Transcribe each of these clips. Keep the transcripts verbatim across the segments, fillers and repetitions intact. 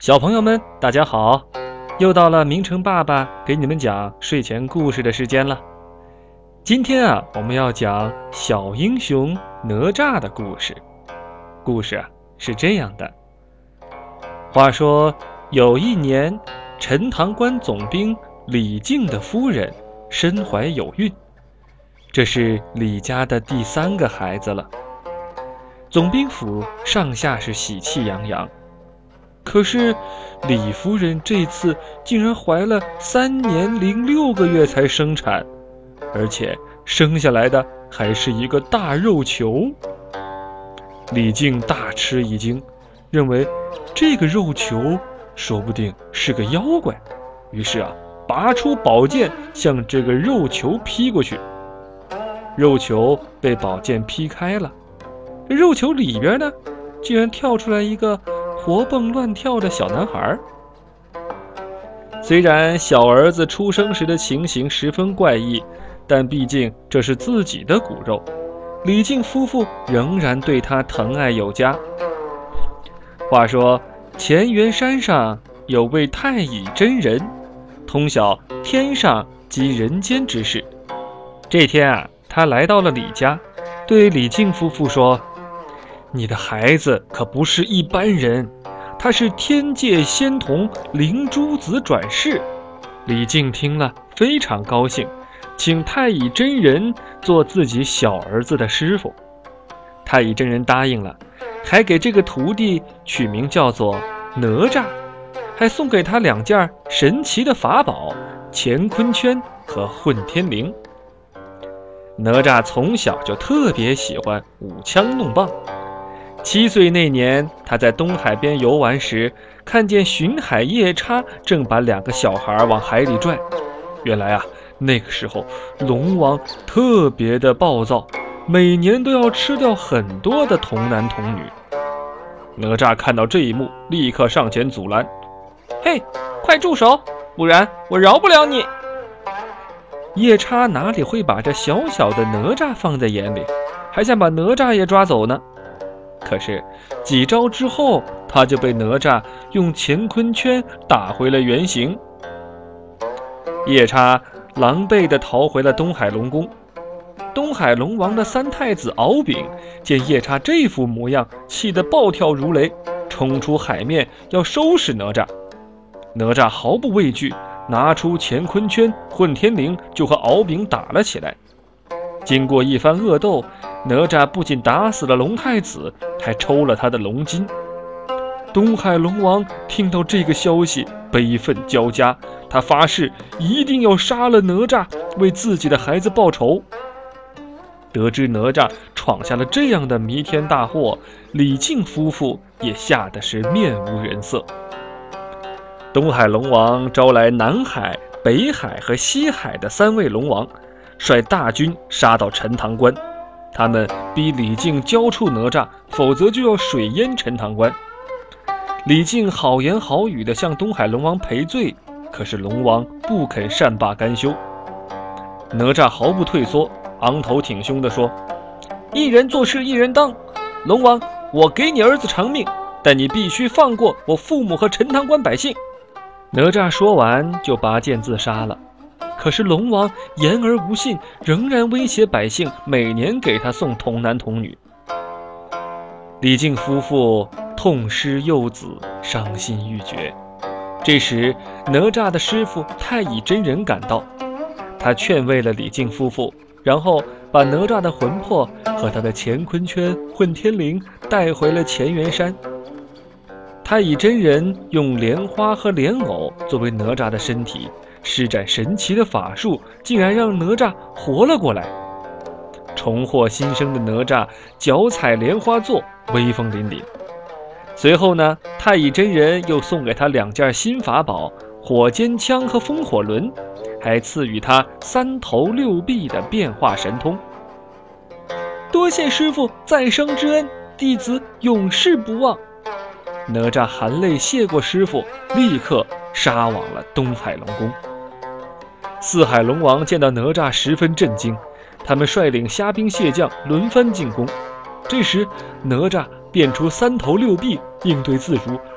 小朋友们，大家好！又到了明成爸爸给你们讲睡前故事的时间了。今天啊，我们要讲小英雄哪吒的故事。故事啊是这样的：话说有一年，陈塘关总兵李靖的夫人身怀有孕，这是李家的第三个孩子了。总兵府上下是喜气洋洋。可是李夫人这次竟然怀了三年零六个月才生产，而且生下来的还是一个大肉球。李靖大吃一惊，认为这个肉球说不定是个妖怪，于是啊，拔出宝剑向这个肉球劈过去。肉球被宝剑劈开了，肉球里边呢，竟然跳出来一个活蹦乱跳的小男孩。虽然小儿子出生时的情形十分怪异，但毕竟这是自己的骨肉，李靖夫妇仍然对他疼爱有加。话说乾元山上有位太乙真人，通晓天上及人间之事。这天啊，他来到了李家，对李靖夫妇说：你的孩子可不是一般人，他是天界仙童灵珠子转世。李靖听了非常高兴，请太乙真人做自己小儿子的师傅。太乙真人答应了，还给这个徒弟取名叫做哪吒，还送给他两件神奇的法宝乾坤圈和混天绫。哪吒从小就特别喜欢舞枪弄棒。七岁那年，他在东海边游玩时，看见巡海夜叉正把两个小孩往海里拽。原来啊，那个时候龙王特别的暴躁，每年都要吃掉很多的童男童女。哪吒看到这一幕，立刻上前阻拦：嘿，快住手，不然我饶不了你！夜叉哪里会把这小小的哪吒放在眼里，还想把哪吒也抓走呢。可是几招之后，他就被哪吒用乾坤圈打回了原形。夜叉狼狈地逃回了东海龙宫。东海龙王的三太子敖丙见夜叉这副模样，气得暴跳如雷，冲出海面要收拾哪吒。哪吒毫不畏惧，拿出乾坤圈、混天绫就和敖丙打了起来。经过一番恶斗，哪吒不仅打死了龙太子，还抽了他的龙筋。东海龙王听到这个消息，悲愤交加，他发誓一定要杀了哪吒，为自己的孩子报仇。得知哪吒闯下了这样的弥天大祸，李靖夫妇也吓得是面无人色。东海龙王招来南海、北海和西海的三位龙王，率大军杀到陈塘关。他们逼李靖交出哪吒，否则就要水淹陈塘关。李靖好言好语地向东海龙王赔罪，可是龙王不肯善罢甘休。哪吒毫不退缩，昂头挺胸地说：一人做事一人当，龙王，我给你儿子偿命，但你必须放过我父母和陈塘关百姓。哪吒说完就拔剑自杀了。可是龙王言而无信，仍然威胁百姓每年给他送童男童女。李靖夫妇痛失幼子，伤心欲绝。这时哪吒的师傅太乙真人赶到，他劝慰了李靖夫妇，然后把哪吒的魂魄和他的乾坤圈、混天绫带回了乾元山。太乙真人用莲花和莲藕作为哪吒的身体，施展神奇的法术，竟然让哪吒活了过来。重获新生的哪吒脚踩莲花座，威风凛凛。随后呢，太乙真人又送给他两件新法宝火尖枪和风火轮，还赐予他三头六臂的变化神通。多谢师父再生之恩，弟子永世不忘。哪吒含泪谢过师父，立刻杀往了东海龙宫。四海龙王见到哪吒十分震惊，他们率领虾兵蟹将轮番进攻。这时哪吒变出三头六臂，应对自如，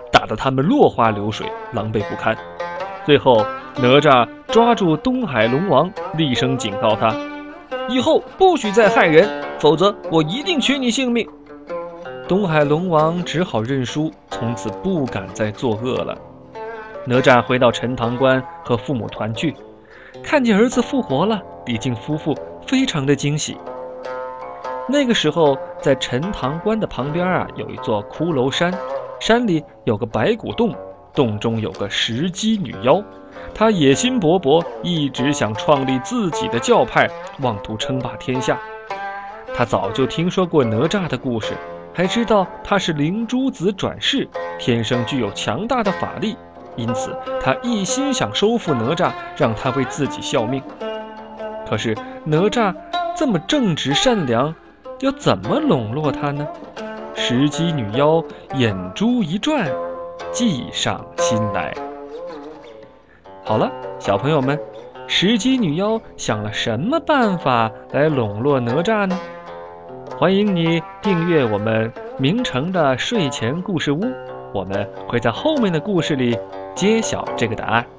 打得他们落花流水，狼狈不堪。最后，哪吒抓住东海龙王，厉声警告他：以后不许再害人，否则我一定取你性命。东海龙王只好认输，从此不敢再作恶了。哪吒回到陈塘关和父母团聚，看见儿子复活了，李靖夫妇非常的惊喜。那个时候，在陈塘关的旁边啊，有一座骷髅山，山里有个白骨洞，洞中有个石矶女妖，她野心勃勃，一直想创立自己的教派，妄图称霸天下。她早就听说过哪吒的故事，还知道他是灵珠子转世，天生具有强大的法力，因此他一心想收复哪吒，让他为自己效命。可是哪吒这么正直善良，要怎么笼络他呢？石矶女妖眼珠一转，计上心来。好了，小朋友们，石矶女妖想了什么办法来笼络哪吒呢？欢迎你订阅我们明成的睡前故事屋，我们会在后面的故事里揭晓这个答案。